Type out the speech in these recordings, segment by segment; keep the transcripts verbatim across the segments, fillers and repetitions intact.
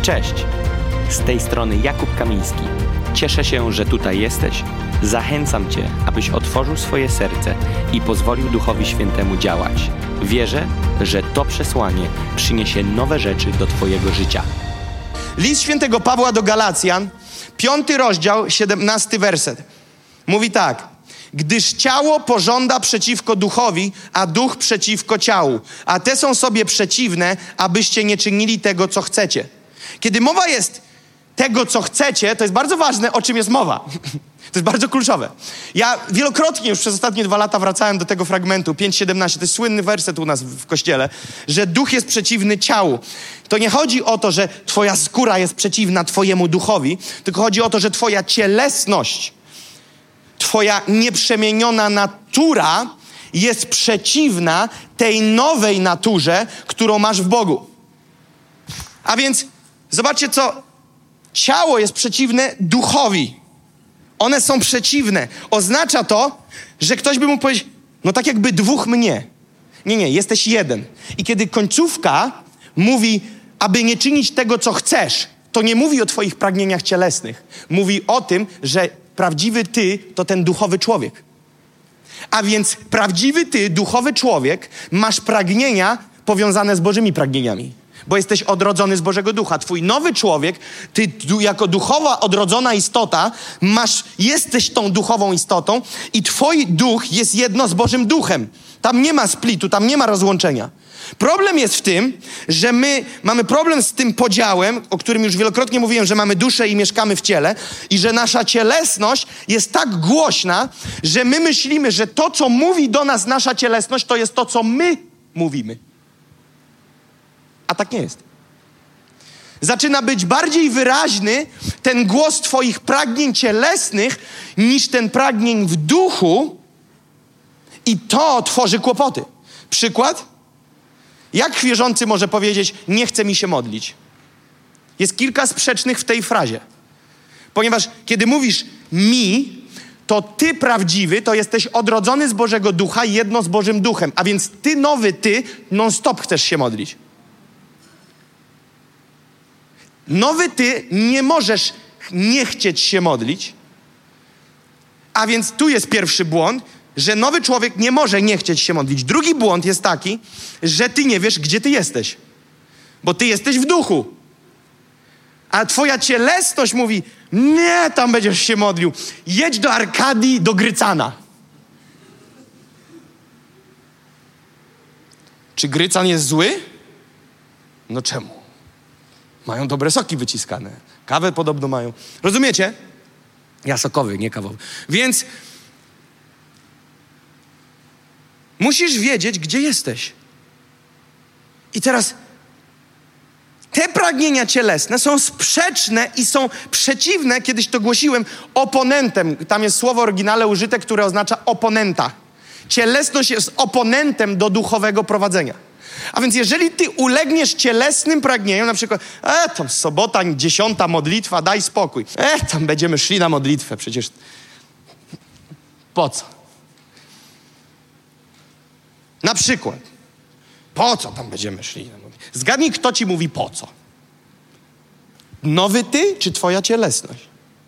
Cześć, z tej strony Jakub Kamiński. Cieszę się, że tutaj jesteś. Zachęcam Cię, abyś otworzył swoje serce i pozwolił Duchowi Świętemu działać. Wierzę, że to przesłanie przyniesie nowe rzeczy do Twojego życia. List świętego Pawła do Galacjan, piąty rozdział, siedemnasty werset. Mówi tak: gdyż ciało pożąda przeciwko duchowi, a duch przeciwko ciału. A te są sobie przeciwne, abyście nie czynili tego, co chcecie. Kiedy mowa jest tego, co chcecie, to jest bardzo ważne, o czym jest mowa. To jest bardzo kluczowe. Ja wielokrotnie już przez ostatnie dwa lata wracałem do tego fragmentu, pięć siedemnaście, to jest słynny werset u nas w kościele, że duch jest przeciwny ciału. To nie chodzi o to, że twoja skóra jest przeciwna twojemu duchowi, tylko chodzi o to, że twoja cielesność, twoja nieprzemieniona natura jest przeciwna tej nowej naturze, którą masz w Bogu. A więc zobaczcie, co ciało jest przeciwne duchowi. One są przeciwne. Oznacza to, że ktoś by mógł powiedzieć, no tak jakby dwóch mnie. Nie, nie, jesteś jeden. I kiedy końcówka mówi, aby nie czynić tego, co chcesz, to nie mówi o twoich pragnieniach cielesnych. Mówi o tym, że prawdziwy ty to ten duchowy człowiek. A więc prawdziwy ty, duchowy człowiek, masz pragnienia powiązane z Bożymi pragnieniami. Bo jesteś odrodzony z Bożego Ducha. Twój nowy człowiek, ty du, jako duchowa, odrodzona istota, masz, jesteś tą duchową istotą i twój duch jest jedno z Bożym Duchem. Tam nie ma splitu, tam nie ma rozłączenia. Problem jest w tym, że my mamy problem z tym podziałem, o którym już wielokrotnie mówiłem, że mamy duszę i mieszkamy w ciele i że nasza cielesność jest tak głośna, że my myślimy, że to, co mówi do nas nasza cielesność, to jest to, co my mówimy. A tak nie jest. Zaczyna być bardziej wyraźny ten głos twoich pragnień cielesnych niż ten pragnień w duchu i to tworzy kłopoty. Przykład? Jak wierzący może powiedzieć, nie chce mi się modlić? Jest kilka sprzecznych w tej frazie. Ponieważ kiedy mówisz mi, to ty prawdziwy, to jesteś odrodzony z Bożego Ducha, jedno z Bożym Duchem. A więc ty nowy, ty non stop chcesz się modlić. Nowy ty nie możesz nie chcieć się modlić, a więc tu jest pierwszy błąd, że nowy człowiek nie może nie chcieć się modlić. Drugi błąd jest taki, że ty nie wiesz, gdzie ty jesteś, bo ty jesteś w duchu, a twoja cielesność mówi, nie, tam będziesz się modlił, jedź do Arkadii, do Grycana. Czy Grycan jest zły? No czemu? Mają dobre soki wyciskane. Kawę podobno mają. Rozumiecie? Ja sokowy, nie kawowy. Więc musisz wiedzieć, gdzie jesteś. I teraz te pragnienia cielesne są sprzeczne i są przeciwne, kiedyś to głosiłem, oponentem. Tam jest słowo oryginalne użyte, które oznacza oponenta. Cielesność jest oponentem do duchowego prowadzenia. A więc jeżeli ty ulegniesz cielesnym pragnieniom, na przykład, e, tam sobota, dziesiąta modlitwa, daj spokój. E, tam będziemy szli na modlitwę, przecież po co? Na przykład, po co tam będziemy szli na modlitwę? Zgadnij, kto ci mówi po co. Nowy ty, czy twoja cielesność?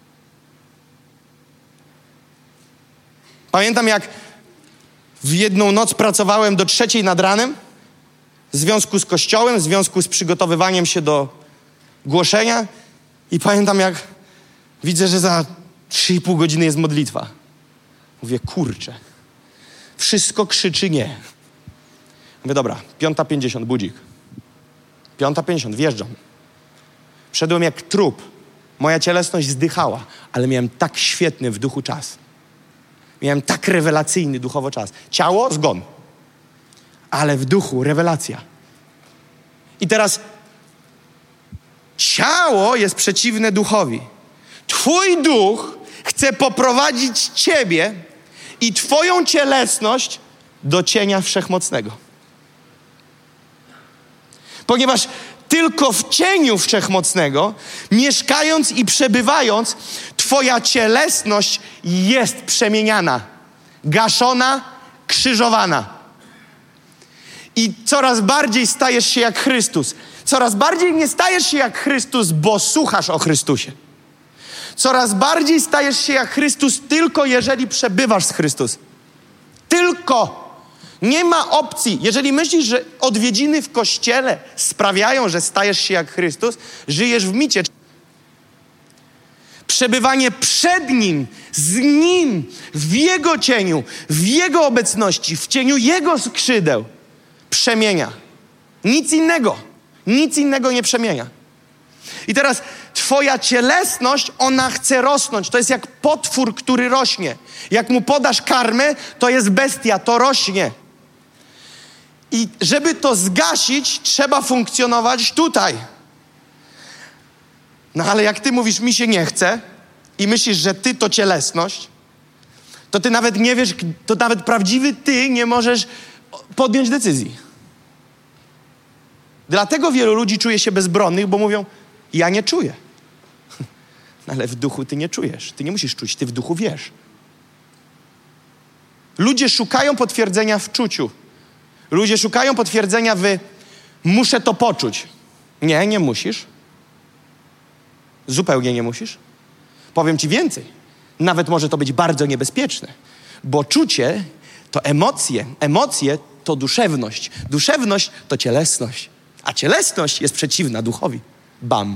Pamiętam, jak w jedną noc pracowałem do trzeciej nad ranem, w związku z kościołem, w związku z przygotowywaniem się do głoszenia i pamiętam, jak widzę, że za trzy i pół godziny jest modlitwa. Mówię, kurczę, wszystko krzyczy nie. Mówię, dobra, piąta pięćdziesiąt, budzik. Piąta pięćdziesiąt, wjeżdżam. Wszedłem jak trup. Moja cielesność zdychała, ale miałem tak świetny w duchu czas. Miałem tak rewelacyjny duchowo czas. Ciało, zgon. Ale w duchu rewelacja. I teraz ciało jest przeciwne duchowi. Twój duch chce poprowadzić ciebie i twoją cielesność do cienia wszechmocnego. Ponieważ tylko w cieniu wszechmocnego, mieszkając i przebywając, twoja cielesność jest przemieniana, gaszona, krzyżowana. I coraz bardziej stajesz się jak Chrystus. Coraz bardziej nie stajesz się jak Chrystus, bo słuchasz o Chrystusie. Coraz bardziej stajesz się jak Chrystus tylko jeżeli przebywasz z Chrystusem. Tylko. Nie ma opcji. Jeżeli myślisz, że odwiedziny w kościele sprawiają, że stajesz się jak Chrystus, żyjesz w micie. Przebywanie przed Nim, z Nim, w Jego cieniu, w Jego obecności, w cieniu Jego skrzydeł przemienia. Nic innego. Nic innego nie przemienia. I teraz twoja cielesność, ona chce rosnąć. To jest jak potwór, który rośnie. Jak mu podasz karmę, to jest bestia, to rośnie. I żeby to zgasić, trzeba funkcjonować tutaj. No ale jak ty mówisz, mi się nie chce i myślisz, że ty to cielesność, to ty nawet nie wiesz, to nawet prawdziwy ty nie możesz podjąć decyzji. Dlatego wielu ludzi czuje się bezbronnych, bo mówią, ja nie czuję. Ale w duchu ty nie czujesz. Ty nie musisz czuć, ty w duchu wiesz. Ludzie szukają potwierdzenia w czuciu. Ludzie szukają potwierdzenia w muszę to poczuć. Nie, nie musisz. Zupełnie nie musisz. Powiem ci więcej. Nawet może to być bardzo niebezpieczne. Bo czucie to emocje. Emocje to duszewność. Duszewność to cielesność. A cielesność jest przeciwna duchowi. Bam.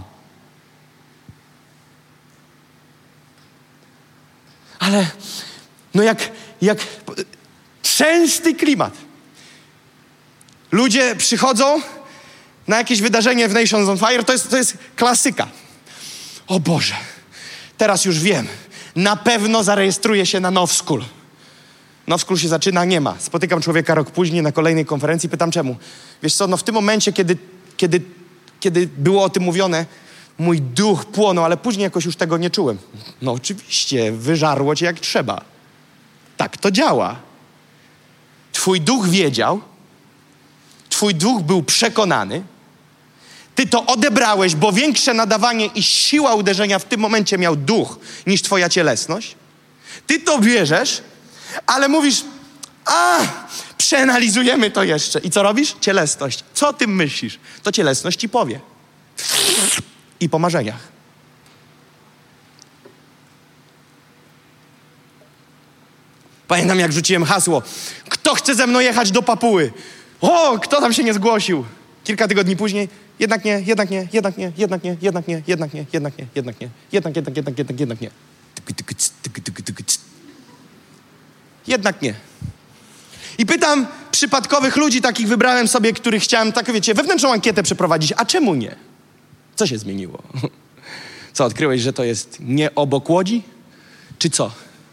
Ale no jak, jak częsty klimat. Ludzie przychodzą na jakieś wydarzenie w Nations on Fire. To jest, to jest klasyka. O Boże, teraz już wiem. Na pewno zarejestruję się na Now School. Now School się zaczyna, nie ma. Spotykam człowieka rok później na kolejnej konferencji, pytam czemu. Wiesz co, no w tym momencie, kiedy, kiedy, kiedy było o tym mówione, mój duch płonął, ale później jakoś już tego nie czułem. No oczywiście, wyżarło cię jak trzeba. Tak to działa. Twój duch wiedział, twój duch był przekonany, ty to odebrałeś, bo większe nadawanie i siła uderzenia w tym momencie miał duch niż twoja cielesność. Ty to bierzesz, ale mówisz, a, przeanalizujemy to jeszcze. I co robisz? Cielesność. Co ty myślisz? To cielesność ci powie. I po marzeniach. Pamiętam, jak rzuciłem hasło. Kto chce ze mną jechać do Papuły? O, kto tam się nie zgłosił? Kilka tygodni później. Jednak nie, jednak nie, jednak nie, jednak nie, jednak nie, jednak nie, jednak nie, jednak nie, jednak, jednak, jednak, jednak, jednak nie. Jednak nie. I pytam przypadkowych ludzi, takich wybrałem sobie, których chciałem, tak wiecie, wewnętrzną ankietę przeprowadzić. A czemu nie? Co się zmieniło? Co, odkryłeś, że to jest nie obok Łodzi? Czy co?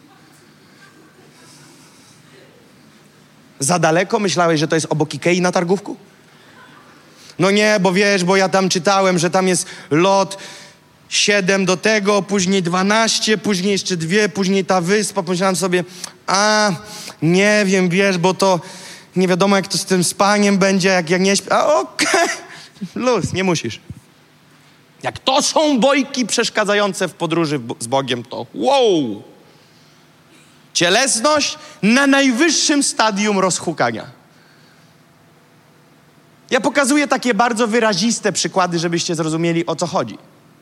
Za daleko? Myślałeś, że to jest obok Ikei na Targówku? No nie, bo wiesz, bo ja tam czytałem, że tam jest lot siedem do tego, później dwanaście, później jeszcze dwie, później ta wyspa. Pomyślałem sobie, a nie wiem, wiesz, bo to nie wiadomo, jak to z tym spaniem będzie, jak ja nie śpię. A okej, okay. Luz, nie musisz. Jak to są bojki przeszkadzające w podróży z Bogiem, to wow! Cielesność na najwyższym stadium rozhukania. Ja pokazuję takie bardzo wyraziste przykłady, żebyście zrozumieli, o co chodzi.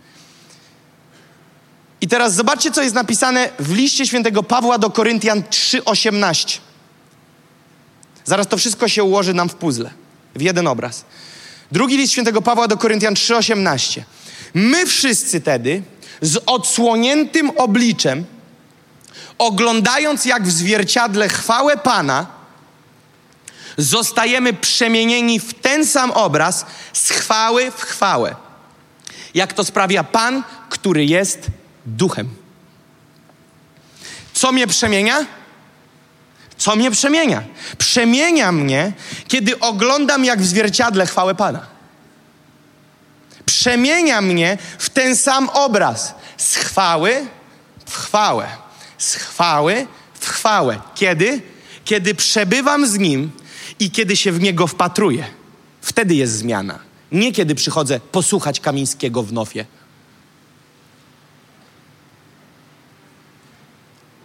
I teraz zobaczcie, co jest napisane w liście świętego Pawła do Koryntian trzy osiemnaście. Zaraz to wszystko się ułoży nam w puzzle, w jeden obraz. Drugi list świętego Pawła do Koryntian trzy osiemnaście. My wszyscy tedy z odsłoniętym obliczem, oglądając jak w zwierciadle chwałę Pana, zostajemy przemienieni w ten sam obraz z chwały w chwałę. Jak to sprawia Pan, który jest duchem. Co mnie przemienia? Co mnie przemienia? Przemienia mnie, kiedy oglądam jak w zwierciadle chwałę Pana. Przemienia mnie w ten sam obraz. Z chwały w chwałę. Z chwały w chwałę. Kiedy? Kiedy przebywam z Nim i kiedy się w Niego wpatruję. Wtedy jest zmiana. Nie kiedy przychodzę posłuchać Kamińskiego w Nofie.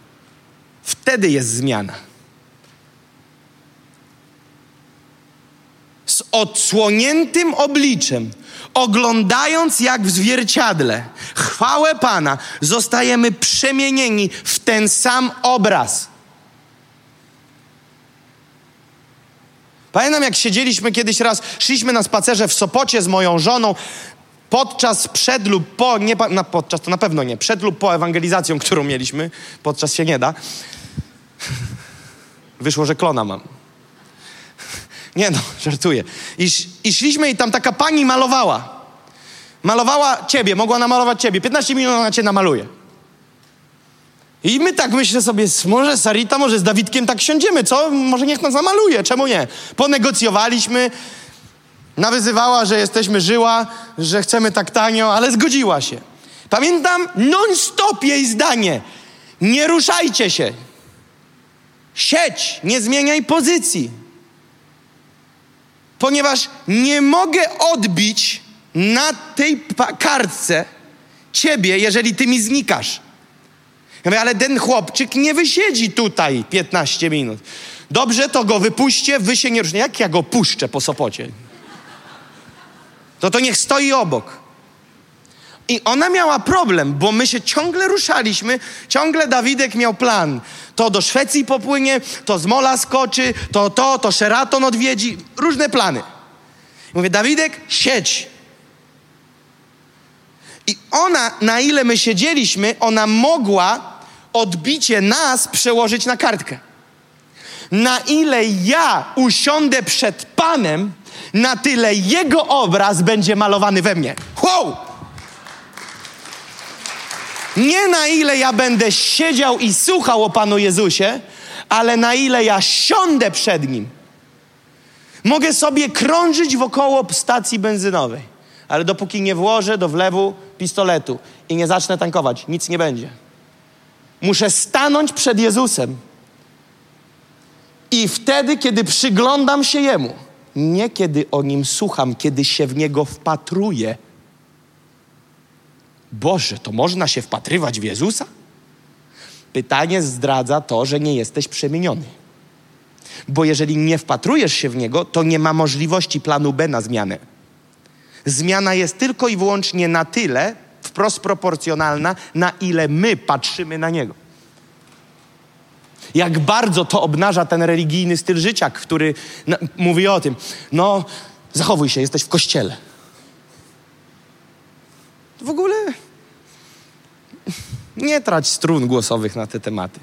Wtedy jest zmiana. z odsłoniętym obliczem, oglądając jak w zwierciadle chwałę Pana, zostajemy przemienieni w ten sam obraz. Pamiętam, jak siedzieliśmy kiedyś raz, szliśmy na spacerze w Sopocie z moją żoną, podczas, przed lub po, nie na podczas, to na pewno nie, przed lub po ewangelizacją, którą mieliśmy, podczas się nie da. Wyszło, że klona mam. Nie no, żartuję. I, I szliśmy i tam taka pani malowała. Malowała ciebie, mogła namalować ciebie. piętnaście minut ona cię namaluje. I my tak myślę sobie, może Sarita, może z Dawidkiem tak siądziemy, co? Może niech nas namaluje, czemu nie? Ponegocjowaliśmy, nawyzywała, że jesteśmy żyła, że chcemy tak tanio, ale zgodziła się. Pamiętam non-stop jej zdanie. Nie ruszajcie się. Siedź, nie zmieniaj pozycji. Ponieważ nie mogę odbić na tej pa- kartce ciebie, jeżeli ty mi znikasz. Ja mówię, ale ten chłopczyk nie wysiedzi tutaj piętnaście minut. Dobrze, to go wypuśćcie, wy się nie ruszcie. Jak ja go puszczę po Sopocie? To to niech stoi obok. I ona miała problem, bo my się ciągle ruszaliśmy, ciągle Dawidek miał plan. To do Szwecji popłynie, to z mola skoczy, to to, to Sheraton odwiedzi. Różne plany. Mówię, Dawidek, siedź. I ona, na ile my siedzieliśmy, ona mogła odbicie nas przełożyć na kartkę. Na ile ja usiądę przed Panem, na tyle Jego obraz będzie malowany we mnie. Wow! Nie na ile ja będę siedział i słuchał o Panu Jezusie, ale na ile ja siądę przed Nim. Mogę sobie krążyć wokoło stacji benzynowej, ale dopóki nie włożę do wlewu pistoletu i nie zacznę tankować, nic nie będzie. Muszę stanąć przed Jezusem i wtedy, kiedy przyglądam się Jemu, nie kiedy o Nim słucham, kiedy się w Niego wpatruję. Boże, to można się wpatrywać w Jezusa? Pytanie zdradza to, że nie jesteś przemieniony. Bo jeżeli nie wpatrujesz się w Niego, to nie ma możliwości planu B na zmianę. Zmiana jest tylko i wyłącznie na tyle, wprost proporcjonalna, na ile my patrzymy na Niego. Jak bardzo to obnaża ten religijny styl życia, który na, mówi o tym, no zachowuj się, jesteś w kościele. To w ogóle nie trać strun głosowych na te tematy.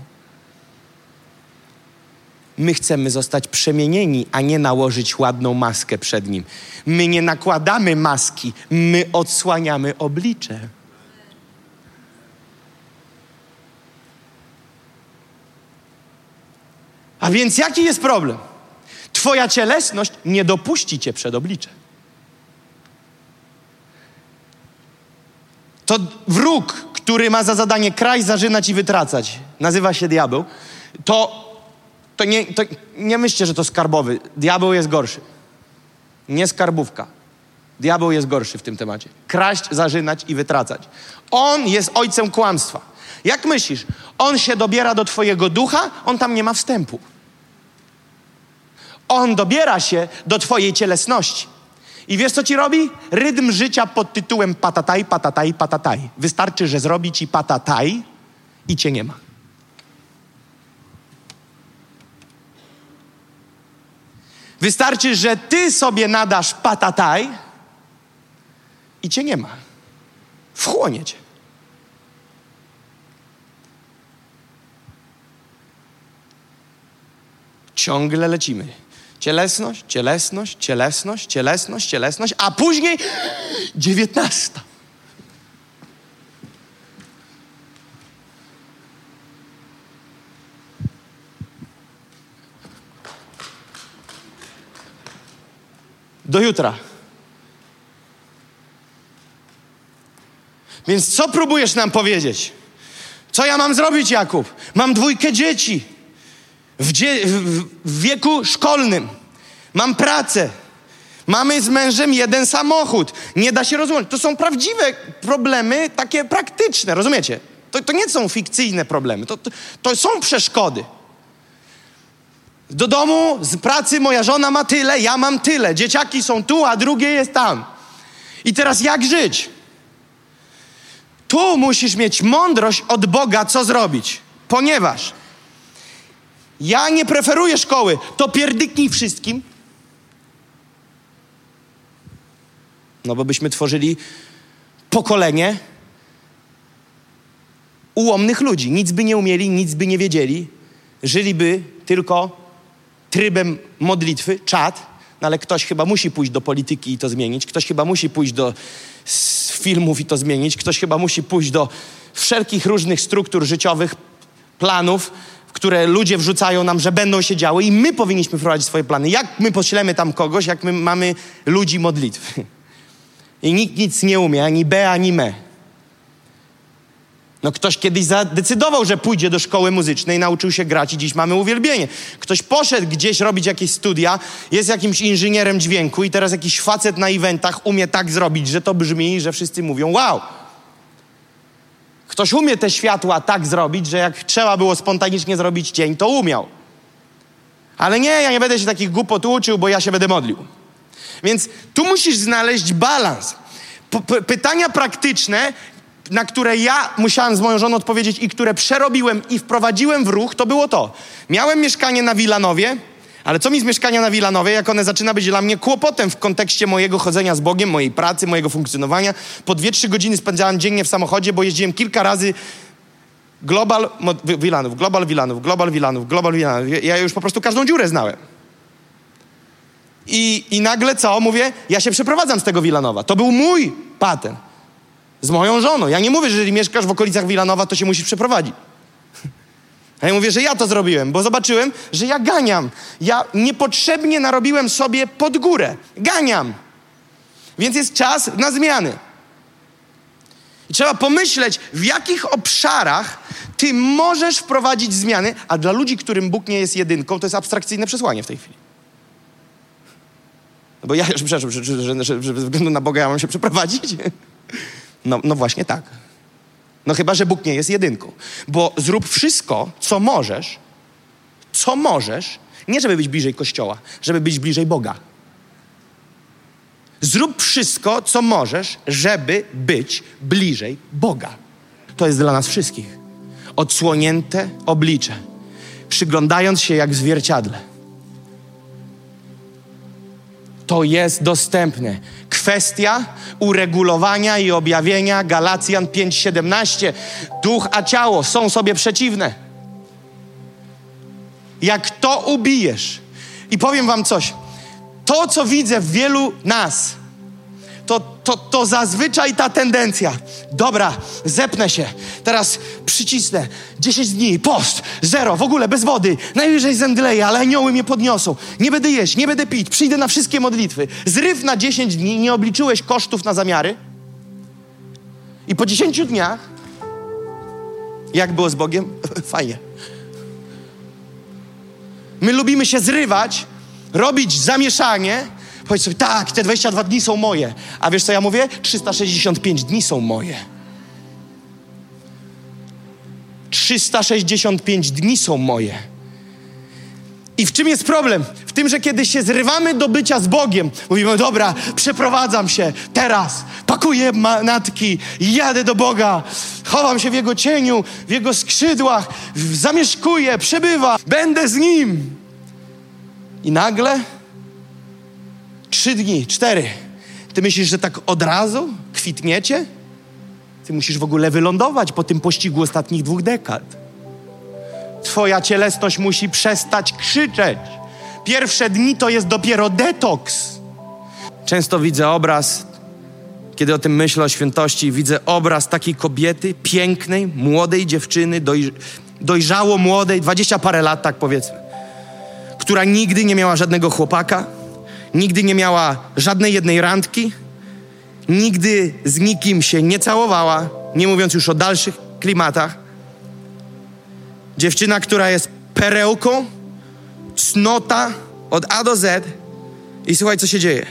My chcemy zostać przemienieni, a nie nałożyć ładną maskę przed Nim. My nie nakładamy maski, my odsłaniamy oblicze. A więc jaki jest problem? Twoja cielesność nie dopuści cię przed oblicze. To wróg, który ma za zadanie kraść, zarzynać i wytracać, nazywa się diabeł, to, to, nie, to nie myślcie, że to skarbowy. Diabeł jest gorszy. Nie skarbówka. Diabeł jest gorszy w tym temacie. Kraść, zarzynać i wytracać. On jest ojcem kłamstwa. Jak myślisz? On się dobiera do twojego ducha, on tam nie ma wstępu. On dobiera się do twojej cielesności. I wiesz, co ci robi? Rytm życia pod tytułem patataj, patataj, patataj. Wystarczy, że zrobi ci patataj i cię nie ma. Wystarczy, że ty sobie nadasz patataj i cię nie ma. Wchłonie cię. Ciągle lecimy. Cielesność, cielesność, cielesność, cielesność, cielesność, a później dziewiętnasta. Do jutra. Więc co próbujesz nam powiedzieć? Co ja mam zrobić, Jakub? Mam dwójkę dzieci. W, dzie- w, w wieku szkolnym. Mam pracę. Mamy z mężem jeden samochód. Nie da się rozłączyć. To są prawdziwe problemy, takie praktyczne, rozumiecie? To, to nie są fikcyjne problemy. To, to, to są przeszkody. Do domu, z pracy moja żona ma tyle, ja mam tyle. Dzieciaki są tu, a drugie jest tam. I teraz jak żyć? Tu musisz mieć mądrość od Boga, co zrobić. Ponieważ ja nie preferuję szkoły. To pierdyknij wszystkim. No bo byśmy tworzyli pokolenie ułomnych ludzi. Nic by nie umieli, nic by nie wiedzieli. Żyliby tylko trybem modlitwy, czat. No ale ktoś chyba musi pójść do polityki i to zmienić. Ktoś chyba musi pójść do filmów i to zmienić. Ktoś chyba musi pójść do wszelkich różnych struktur życiowych, planów, w które ludzie wrzucają nam, że będą się działy i my powinniśmy wprowadzić swoje plany. Jak my poślemy tam kogoś, jak my mamy ludzi modlitwy? I nikt nic nie umie, ani be, ani me. No ktoś kiedyś zadecydował, że pójdzie do szkoły muzycznej, nauczył się grać i dziś mamy uwielbienie. Ktoś poszedł gdzieś robić jakieś studia, jest jakimś inżynierem dźwięku i teraz jakiś facet na eventach umie tak zrobić, że to brzmi, że wszyscy mówią wow. Ktoś umie te światła tak zrobić, że jak trzeba było spontanicznie zrobić cień, to umiał. Ale nie, ja nie będę się takich głupot uczył, bo ja się będę modlił. Więc tu musisz znaleźć balans. P- pytania praktyczne, na które ja musiałem z moją żoną odpowiedzieć i które przerobiłem i wprowadziłem w ruch, to było to. Miałem mieszkanie na Wilanowie, ale co mi z mieszkania na Wilanowie, jak one zaczyna być dla mnie kłopotem w kontekście mojego chodzenia z Bogiem, mojej pracy, mojego funkcjonowania. Po dwie, trzy godziny spędzałem dziennie w samochodzie, bo jeździłem kilka razy Global Wilanów, Global Wilanów, Global Wilanów, Global Wilanów. Ja już po prostu każdą dziurę znałem. I, I nagle co? Mówię, ja się przeprowadzam z tego Wilanowa. To był mój patent. Z moją żoną. Ja nie mówię, że jeżeli mieszkasz w okolicach Wilanowa, to się musisz przeprowadzić. A ja mówię, że ja to zrobiłem, bo zobaczyłem, że ja ganiam. Ja niepotrzebnie narobiłem sobie pod górę. Ganiam. Więc jest czas na zmiany. I trzeba pomyśleć, w jakich obszarach ty możesz wprowadzić zmiany, a dla ludzi, którym Bóg nie jest jedynką, to jest abstrakcyjne przesłanie w tej chwili. No bo ja już przepraszam, że, że, że, że ze względu na Boga ja mam się przeprowadzić. No, no właśnie tak. No chyba, że Bóg nie jest jedynką. Bo zrób wszystko, co możesz, co możesz, nie żeby być bliżej Kościoła, żeby być bliżej Boga. Zrób wszystko, co możesz, żeby być bliżej Boga. To jest dla nas wszystkich. Odsłonięte oblicze. Przyglądając się jak w zwierciadle. To jest dostępne. Kwestia uregulowania i objawienia Galacjan pięć siedemnaście. Duch a ciało są sobie przeciwne. Jak to ubijesz. I powiem wam coś. To, co widzę w wielu nas, to, to, to zazwyczaj ta tendencja. Dobra, zepnę się. Teraz przycisnę. dziesięć dni, post, zero, w ogóle bez wody. Najwyżej zemdleję, ale anioły mnie podniosą. Nie będę jeść, nie będę pić. Przyjdę na wszystkie modlitwy. Zryw na dziesięć dni, nie obliczyłeś kosztów na zamiary. I po dziesięciu dniach, jak było z Bogiem? Fajnie. My lubimy się zrywać, robić zamieszanie. Powiedz sobie, tak, te dwadzieścia dwa dni są moje. A wiesz co ja mówię? trzysta sześćdziesiąt pięć dni są moje. trzysta sześćdziesiąt pięć dni są moje. I w czym jest problem? W tym, że kiedy się zrywamy do bycia z Bogiem, mówimy, dobra, przeprowadzam się teraz, pakuję manatki, jadę do Boga, chowam się w Jego cieniu, w Jego skrzydłach, zamieszkuję, przebywam, będę z Nim. I nagle trzy dni, cztery. Ty myślisz, że tak od razu kwitniecie? Ty musisz w ogóle wylądować po tym pościgu ostatnich dwóch dekad. Twoja cielesność musi przestać krzyczeć. Pierwsze dni to jest dopiero detoks. Często widzę obraz, kiedy o tym myślę o świętości, widzę obraz takiej kobiety, pięknej, młodej dziewczyny, doj, dojrzało młodej, dwadzieścia parę lat, tak powiedzmy, która nigdy nie miała żadnego chłopaka, nigdy nie miała żadnej jednej randki, nigdy z nikim się nie całowała, nie mówiąc już o dalszych klimatach. Dziewczyna, która jest perełką, cnota od A do Z. I słuchaj, co się dzieje.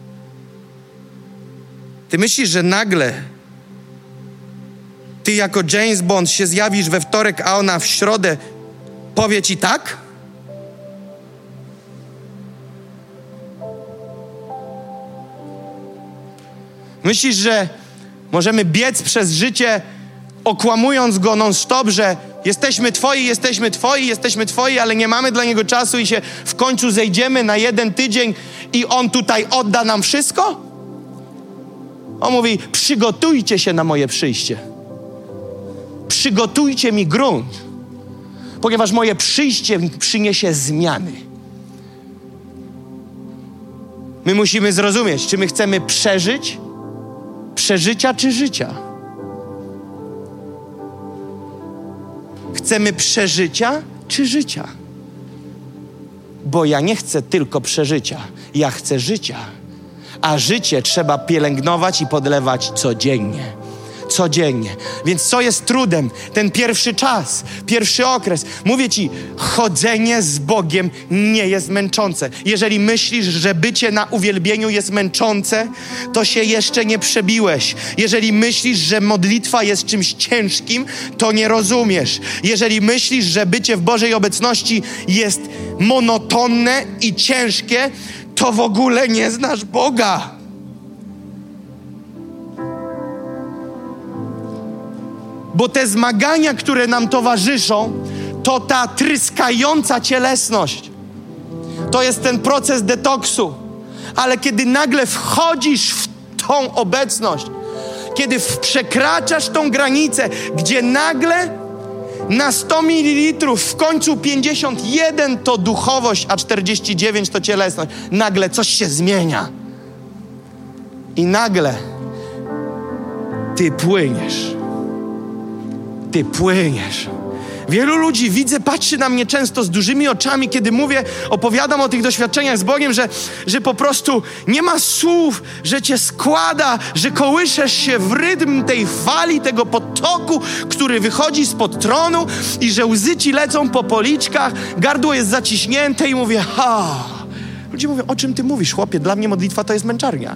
Ty myślisz, że nagle ty jako James Bond się zjawisz we wtorek, a ona w środę powie ci tak? Myślisz, że możemy biec przez życie, okłamując go non-stop, że jesteśmy Twoi, jesteśmy Twoi, jesteśmy Twoi, ale nie mamy dla Niego czasu i się w końcu zejdziemy na jeden tydzień i On tutaj odda nam wszystko? On mówi, przygotujcie się na moje przyjście. Przygotujcie mi grunt, ponieważ moje przyjście przyniesie zmiany. My musimy zrozumieć, czy my chcemy przeżyć przeżycia czy życia. Chcemy przeżycia czy życia? Bo ja nie chcę tylko przeżycia, ja chcę życia. A życie trzeba pielęgnować i podlewać codziennie. Codziennie. Więc co jest trudem? Ten pierwszy czas, pierwszy okres. Mówię Ci, chodzenie z Bogiem nie jest męczące. Jeżeli myślisz, że bycie na uwielbieniu jest męczące, to się jeszcze nie przebiłeś. Jeżeli myślisz, że modlitwa jest czymś ciężkim, to nie rozumiesz. Jeżeli myślisz, że bycie w Bożej obecności jest monotonne i ciężkie, to w ogóle nie znasz Boga. Bo te zmagania, które nam towarzyszą, to ta tryskająca cielesność. To jest ten proces detoksu. Ale kiedy nagle wchodzisz w tą obecność, kiedy przekraczasz tą granicę, gdzie nagle na sto mililitrów w końcu pięćdziesiąt jeden to duchowość, a czterdzieści dziewięć to cielesność. Nagle coś się zmienia. I nagle ty płyniesz. Ty płyniesz. Wielu ludzi, widzę, patrzy na mnie często z dużymi oczami, kiedy mówię, opowiadam o tych doświadczeniach z Bogiem, że, że po prostu nie ma słów, że cię składa, że kołyszesz się w rytm tej fali, tego potoku, który wychodzi spod tronu i że łzy ci lecą po policzkach, gardło jest zaciśnięte i mówię, ha. Ludzie mówią, o czym ty mówisz, chłopie? Dla mnie modlitwa to jest męczarnia.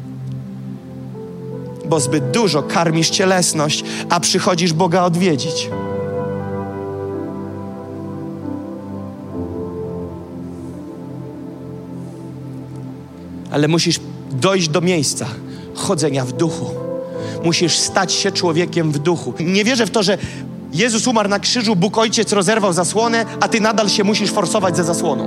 Bo zbyt dużo karmisz cielesność, a przychodzisz Boga odwiedzić. Ale musisz dojść do miejsca chodzenia w duchu. Musisz stać się człowiekiem w duchu. Nie wierzę w to, że Jezus umarł na krzyżu, Bóg Ojciec rozerwał zasłonę, a ty nadal się musisz forsować ze zasłoną.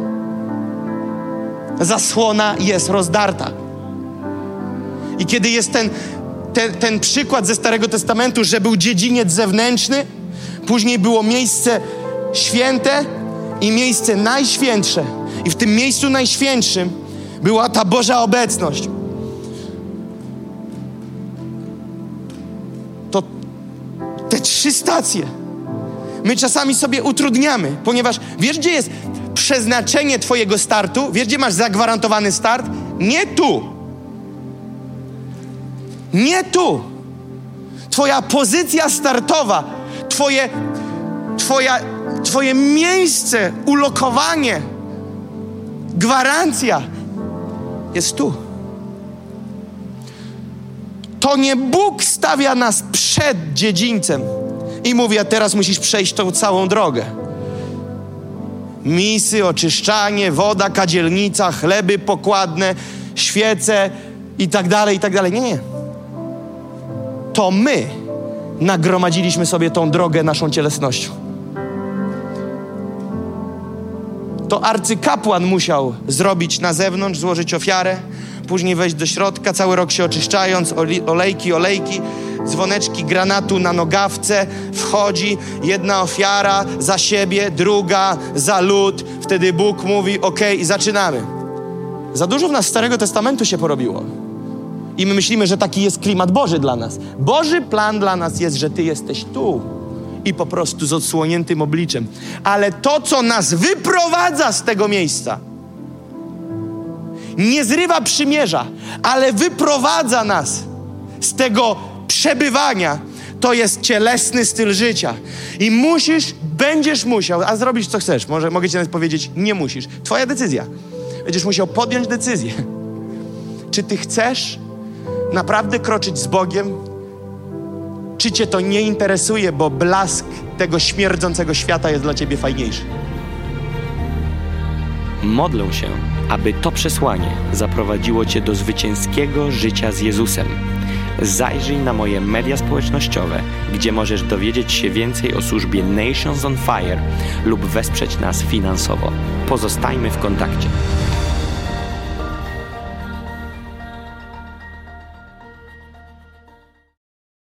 Zasłona jest rozdarta. I kiedy jest ten Ten, ten przykład ze Starego Testamentu, że był dziedziniec zewnętrzny, później było miejsce święte i miejsce najświętsze. I w tym miejscu najświętszym była ta Boża obecność. To te trzy stacje my czasami sobie utrudniamy, ponieważ wiesz, gdzie jest przeznaczenie twojego startu? Wiesz, gdzie masz zagwarantowany start? Nie tu. Nie tu. Twoja pozycja startowa, twoje, twoja, twoje miejsce, ulokowanie, gwarancja jest tu. To nie Bóg stawia nas przed dziedzińcem i mówi, a teraz musisz przejść tą całą drogę. Misy, oczyszczanie, woda, kadzielnica, chleby pokładne, świece i tak dalej, i tak dalej. Nie, nie. To my nagromadziliśmy sobie tą drogę naszą cielesnością. To arcykapłan musiał zrobić na zewnątrz, złożyć ofiarę, później wejść do środka, cały rok się oczyszczając, olejki, olejki, dzwoneczki granatu na nogawce, wchodzi jedna ofiara za siebie, druga za lud. Wtedy Bóg mówi, okej, okay, zaczynamy. Za dużo w nas Starego Testamentu się porobiło. I my myślimy, że taki jest klimat Boży dla nas. Boży plan dla nas jest, że Ty jesteś tu i po prostu z odsłoniętym obliczem. Ale to, co nas wyprowadza z tego miejsca, nie zrywa przymierza, ale wyprowadza nas z tego przebywania, to jest cielesny styl życia. I musisz, będziesz musiał, a zrobić co chcesz. Może mogę Ci nawet powiedzieć, nie musisz. Twoja decyzja. Będziesz musiał podjąć decyzję. Czy Ty chcesz naprawdę kroczyć z Bogiem? Czy Cię to nie interesuje, bo blask tego śmierdzącego świata jest dla Ciebie fajniejszy? Modlę się, aby to przesłanie zaprowadziło Cię do zwycięskiego życia z Jezusem. Zajrzyj na moje media społecznościowe, gdzie możesz dowiedzieć się więcej o służbie Nations on Fire lub wesprzeć nas finansowo. Pozostajmy w kontakcie.